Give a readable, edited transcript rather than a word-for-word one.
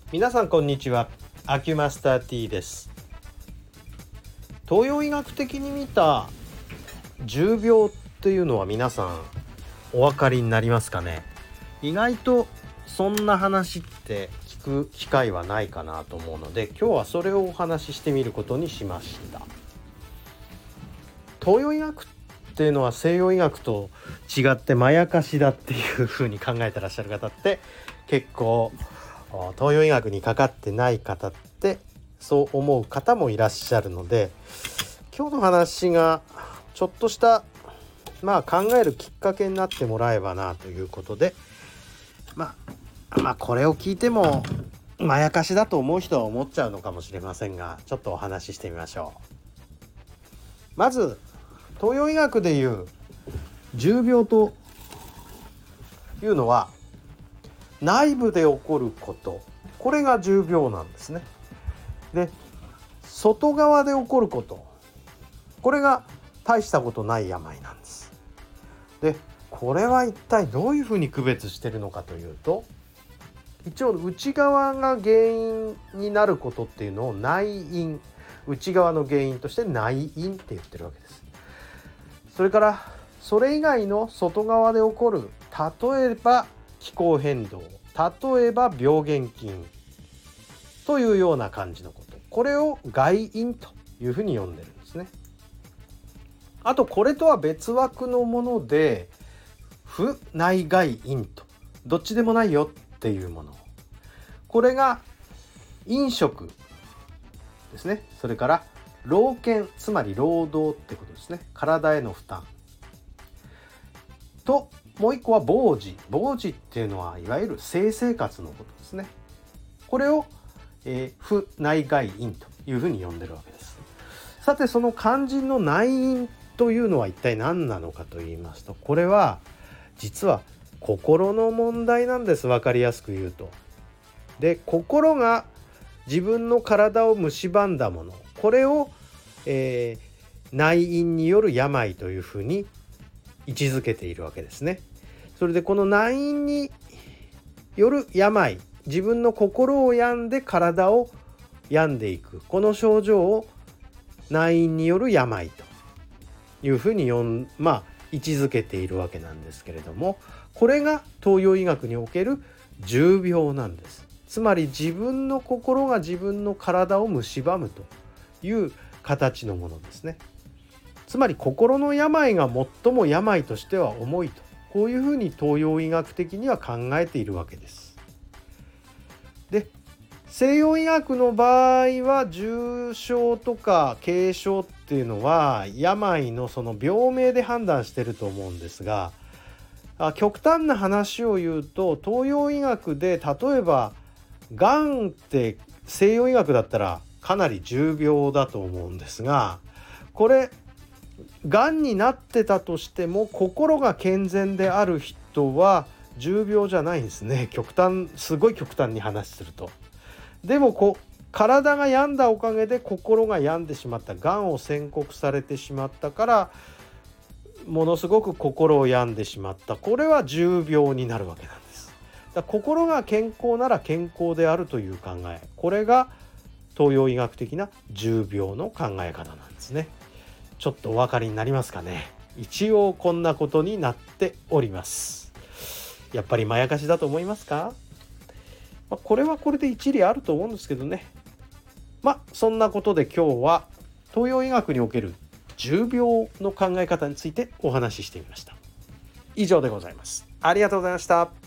皆さんこんにちは。アキュマスター T です。東洋医学的に見た重病っていうのは皆さんお分かりになりますかね。意外とそんな話って聞く機会はないかなと思うので、今日はそれをお話ししてみることにしました。東洋医学っていうのは西洋医学と違ってまやかしだっていう風に考えてらっしゃる方って結構、東洋医学にかかってない方ってそう思う方もいらっしゃるので、今日の話がちょっとした考えるきっかけになってもらえばなということで、これを聞いてもまやかしだと思う人は思っちゃうのかもしれませんが、ちょっとお話ししてみましょう。まず東洋医学でいう重病というのは内部で起こること、これが重病なんですね。で、外側で起こること、これが大したことない病なんです。で、これは一体どういうふうに区別しているのかというと、一応内側が原因になることっていうのを内因、内側の原因として内因って言ってるわけです。それからそれ以外の外側で起こる、例えば気候変動、例えば病原菌というような感じのこと、これを外因というふうに呼んでるんですね。あとこれとは別枠のもので不内外因と、どっちでもないよっていうもの、これが飲食ですね。それから労健、つまり労働ってことですね。体への負担と、もう一個は傍事。傍事っていうのはいわゆる性生活のことですね。これを、不内外因というふうに呼んでるわけです。さて、その肝心の内因というのは一体何なのかと言いますと、これは実は心の問題なんです。分かりやすく言うと。で、心が自分の体を蝕んだもの、これを、内因による病というふうに位置づけているわけですね。それでこの内因による病、自分の心を病んで体を病んでいく、この症状を内因による病というふうに位置づけているわけなんですけれども、これが東洋医学における重病なんです。つまり自分の心が自分の体を蝕むという形のものですね。つまり心の病が最も病としては重いと、こういうふうに東洋医学的には考えているわけです。で、西洋医学の場合は重症とか軽症っていうのは病のその病名で判断していると思うんですが、極端な話を言うと、東洋医学で例えばがんって西洋医学だったらかなり重病だと思うんですが、これがんになってたとしても心が健全である人は重病じゃないんですね。すごい極端に話すると。でも体が病んだおかげで心が病んでしまった、がんを宣告されてしまったからものすごく心を病んでしまった、これは重病になるわけなんです。心が健康なら健康であるという考え、これが東洋医学的な重病の考え方なんですね。ちょっとお分かりになりますかね。一応こんなことになっております。やっぱりまやかしだと思いますか？これはこれで一理あると思うんですけどね。そんなことで今日は東洋医学における重病の考え方についてお話ししてみました。以上でございます。ありがとうございました。